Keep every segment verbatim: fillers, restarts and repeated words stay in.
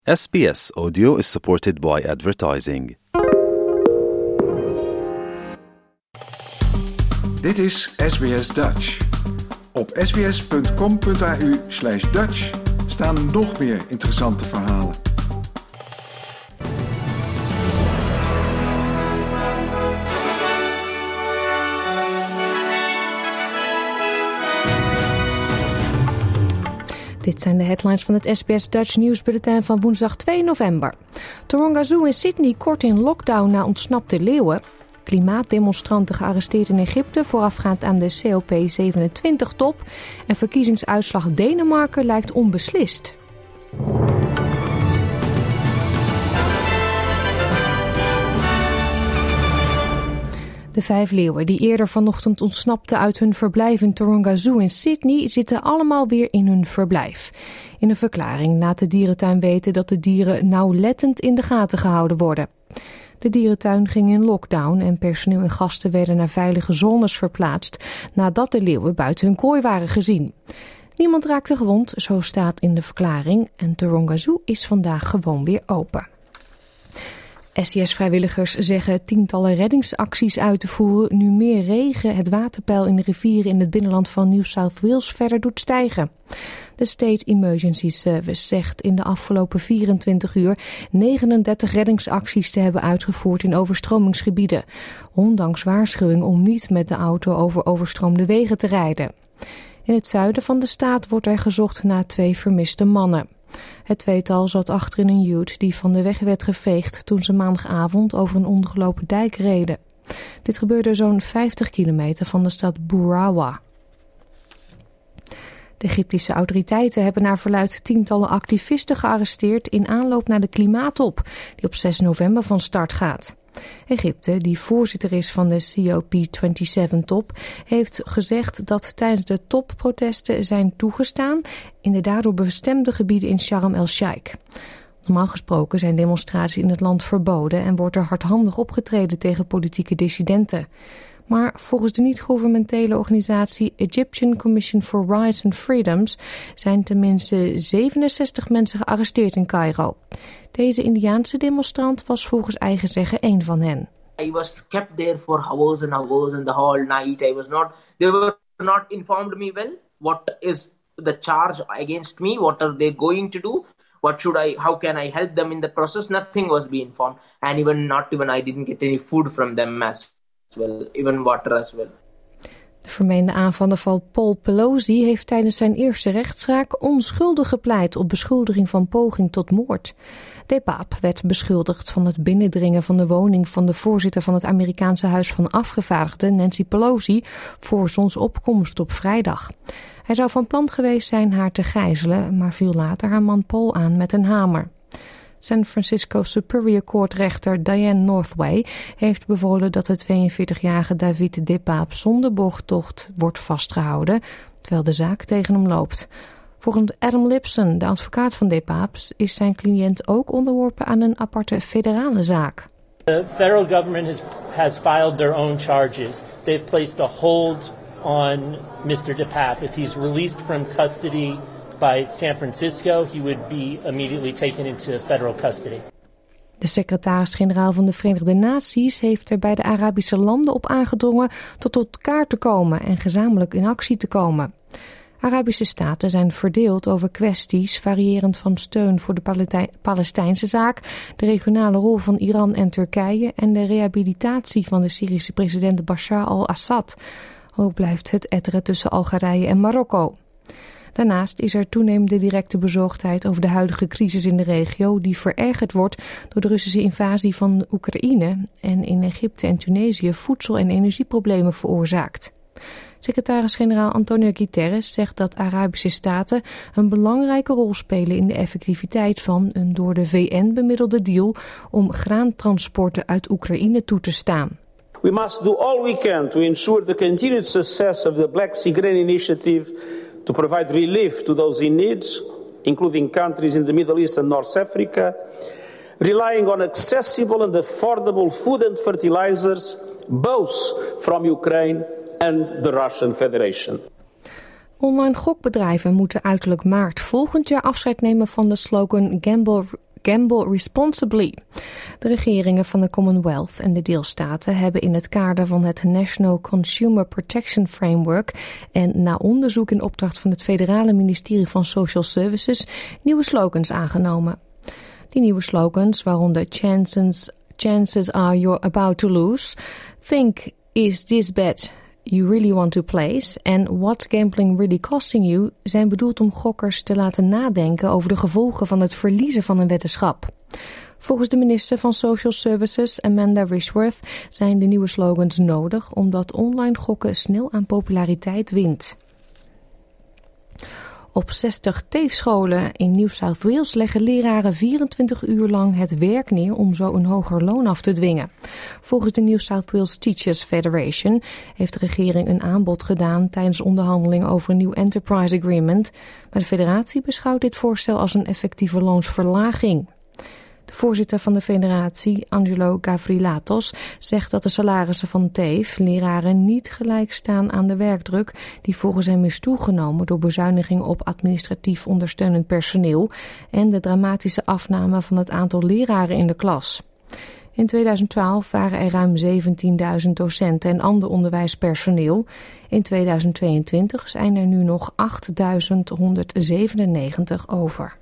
S B S Audio is supported by advertising. Dit is S B S Dutch. Op sbs.com.au slash Dutch staan nog meer interessante verhalen. Dit zijn de headlines van het S B S Dutch nieuwsbulletin van woensdag twee november. Taronga Zoo in Sydney kort in lockdown na ontsnapte leeuwen. Klimaatdemonstranten gearresteerd in Egypte voorafgaand aan de C O P zevenentwintig top. En verkiezingsuitslag Denemarken lijkt onbeslist. De vijf leeuwen die eerder vanochtend ontsnapten uit hun verblijf in Taronga Zoo in Sydney zitten allemaal weer in hun verblijf. In een verklaring laat de dierentuin weten dat de dieren nauwlettend in de gaten gehouden worden. De dierentuin ging in lockdown en personeel en gasten werden naar veilige zones verplaatst nadat de leeuwen buiten hun kooi waren gezien. Niemand raakte gewond, zo staat in de verklaring, en Taronga Zoo is vandaag gewoon weer open. S C S-vrijwilligers zeggen tientallen reddingsacties uit te voeren nu meer regen het waterpeil in de rivieren in het binnenland van New South Wales verder doet stijgen. De State Emergency Service zegt in de afgelopen vierentwintig uur negenendertig reddingsacties te hebben uitgevoerd in overstromingsgebieden, ondanks waarschuwing om niet met de auto over overstroomde wegen te rijden. In het zuiden van de staat wordt er gezocht naar twee vermiste mannen. Het tweetal zat achter in een ute die van de weg werd geveegd toen ze maandagavond over een ondergelopen dijk reden. Dit gebeurde zo'n vijftig kilometer van de stad Bourawa. De Egyptische autoriteiten hebben naar verluidt tientallen activisten gearresteerd in aanloop naar de klimaattop die op zes november van start gaat. Egypte, die voorzitter is van de C O P zevenentwintig top, heeft gezegd dat tijdens de topprotesten zijn toegestaan in de daardoor bestemde gebieden in Sharm el-Sheikh. Normaal gesproken zijn demonstraties in het land verboden en wordt er hardhandig opgetreden tegen politieke dissidenten. Maar volgens de niet-gouvernementele organisatie Egyptian Commission for Rights and Freedoms zijn tenminste zevenenzestig mensen gearresteerd in Cairo. Deze Indiaanse demonstrant was volgens eigen zeggen één van hen. I was kept there for hours and hours and the whole night. I was not, they were not informed me well. What is the charge against me? What are they going to do? What should I, how can I help them in the process? Nothing was being informed. And even not even, I didn't get any food from them as well, even water as well. De vermeende aanvaller van Paul Pelosi heeft tijdens zijn eerste rechtszaak onschuldig gepleit op beschuldiging van poging tot moord. De Paap werd beschuldigd van het binnendringen van de woning van de voorzitter van het Amerikaanse Huis van Afgevaardigden, Nancy Pelosi, voor zonsopkomst op vrijdag. Hij zou van plan geweest zijn haar te gijzelen, maar viel later haar man Paul aan met een hamer. San Francisco Superior Court rechter Diane Northway heeft bevolen dat de tweeënveertigjarige David De Paap zonder borgtocht wordt vastgehouden, terwijl de zaak tegen hem loopt. Volgens Adam Lipson, de advocaat van De Paap, is zijn cliënt ook onderworpen aan een aparte federale zaak. The federal government has, has filed their own charges. They've placed a hold on Mister De Paap. If he's released from custody by San Francisco, he would be immediately taken into federal custody. De secretaris-generaal van de Verenigde Naties heeft er bij de Arabische landen op aangedrongen tot tot elkaar te komen en gezamenlijk in actie te komen. Arabische staten zijn verdeeld over kwesties variërend van steun voor de Palestijnse zaak, de regionale rol van Iran en Turkije en de rehabilitatie van de Syrische president Bashar al-Assad. Ook blijft het etteren tussen Algerije en Marokko. Daarnaast is er toenemende directe bezorgdheid over de huidige crisis in de regio die verergerd wordt door de Russische invasie van Oekraïne en in Egypte en Tunesië voedsel- en energieproblemen veroorzaakt. Secretaris-generaal Antonio Guterres zegt dat Arabische staten een belangrijke rol spelen in de effectiviteit van een door de V N bemiddelde deal om graantransporten uit Oekraïne toe te staan. We must do all we can to ensure the continued success of the Black Sea Grain Initiative to provide relief to those in need, including countries in the Middle East and North Africa, relying on accessible and affordable food and fertilizers, both from Ukraine and the Russian Federation. Online gokbedrijven moeten uiterlijk maart volgend jaar afscheid nemen van de slogan Gamble, Gamble responsibly. De regeringen van de Commonwealth en de deelstaten hebben in het kader van het National Consumer Protection Framework en na onderzoek in opdracht van het federale ministerie van Social Services nieuwe slogans aangenomen. Die nieuwe slogans, waaronder chances, chances are you're about to lose, think is this bet you really want to place en what's gambling really costing you, zijn bedoeld om gokkers te laten nadenken over de gevolgen van het verliezen van een weddenschap. Volgens de minister van Social Services, Amanda Rishworth, zijn de nieuwe slogans nodig omdat online gokken snel aan populariteit wint. Op zestig teefscholen in New South Wales leggen leraren vierentwintig uur lang het werk neer om zo een hoger loon af te dwingen. Volgens de New South Wales Teachers Federation heeft de regering een aanbod gedaan tijdens onderhandelingen over een nieuw Enterprise Agreement, maar de federatie beschouwt dit voorstel als een effectieve loonsverlaging. De voorzitter van de federatie, Angelo Gavrilatos, zegt dat de salarissen van T A F E leraren niet gelijk staan aan de werkdruk die volgens hem is toegenomen door bezuinigingen op administratief ondersteunend personeel en de dramatische afname van het aantal leraren in de klas. In tweeduizend twaalf waren er ruim zeventienduizend docenten en ander onderwijspersoneel. In tweeduizend tweeëntwintig zijn er nu nog achtduizend honderdzevenennegentig over.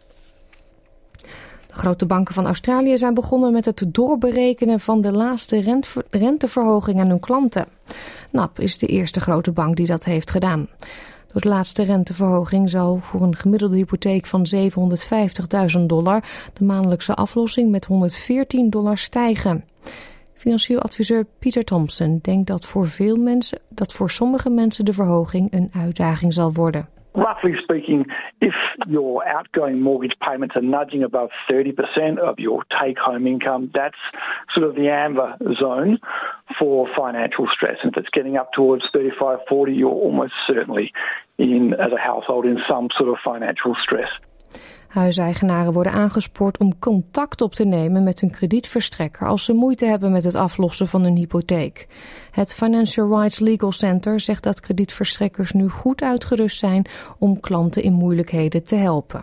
De grote banken van Australië zijn begonnen met het doorberekenen van de laatste renteverhoging aan hun klanten. N A B is de eerste grote bank die dat heeft gedaan. Door de laatste renteverhoging zal voor een gemiddelde hypotheek van zevenhonderdvijftigduizend dollar de maandelijkse aflossing met honderdveertien dollar stijgen. Financieel adviseur Peter Thompson denkt dat voor veel mensen, dat voor sommige mensen de verhoging een uitdaging zal worden. Roughly speaking, if your outgoing mortgage payments are nudging above thirty percent of your take-home income, that's sort of the amber zone for financial stress. And if it's getting up towards thirty-five, forty, you're almost certainly in, as a household, in some sort of financial stress. Huiseigenaren worden aangespoord om contact op te nemen met hun kredietverstrekker als ze moeite hebben met het aflossen van hun hypotheek. Het Financial Rights Legal Center zegt dat kredietverstrekkers nu goed uitgerust zijn om klanten in moeilijkheden te helpen.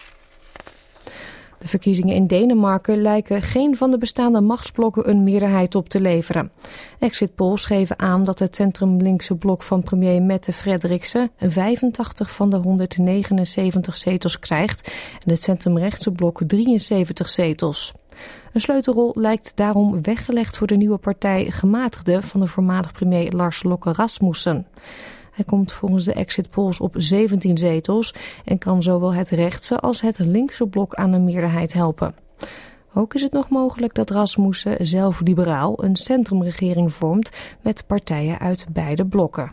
De verkiezingen in Denemarken lijken geen van de bestaande machtsblokken een meerderheid op te leveren. Exit polls geven aan dat het centrumlinkse blok van premier Mette Frederiksen vijfentachtig van de honderdnegenenzeventig zetels krijgt en het centrumrechtse blok drieënzeventig zetels. Een sleutelrol lijkt daarom weggelegd voor de nieuwe partij Gematigden van de voormalig premier Lars Løkke Rasmussen. Hij komt volgens de exit polls op zeventien zetels en kan zowel het rechtse als het linkse blok aan een meerderheid helpen. Ook is het nog mogelijk dat Rasmussen, zelf liberaal, een centrumregering vormt met partijen uit beide blokken.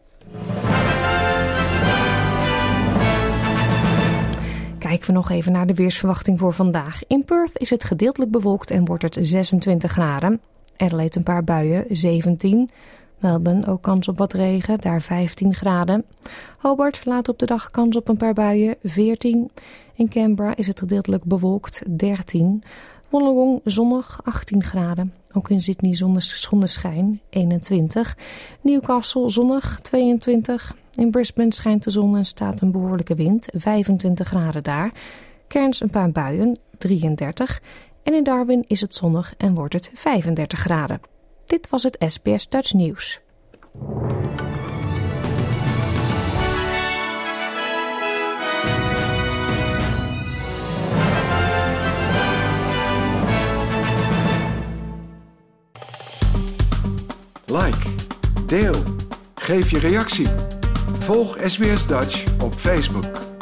Kijken we nog even naar de weersverwachting voor vandaag. In Perth is het gedeeltelijk bewolkt en wordt het zesentwintig graden. Adelaide een paar buien, zeventien. Melbourne ook kans op wat regen, daar vijftien graden. Hobart laat op de dag kans op een paar buien, veertien. In Canberra is het gedeeltelijk bewolkt, dertien. Wollongong zonnig, achttien graden. Ook in Sydney zonneschijn, eenentwintig. Newcastle zonnig, tweeëntwintig. In Brisbane schijnt de zon en staat een behoorlijke wind, vijfentwintig graden daar. Cairns een paar buien, drieëndertig. En in Darwin is het zonnig en wordt het vijfendertig graden. Dit was het S B S Dutch Nieuws. Like, deel, geef je reactie. Volg S B S Dutch op Facebook.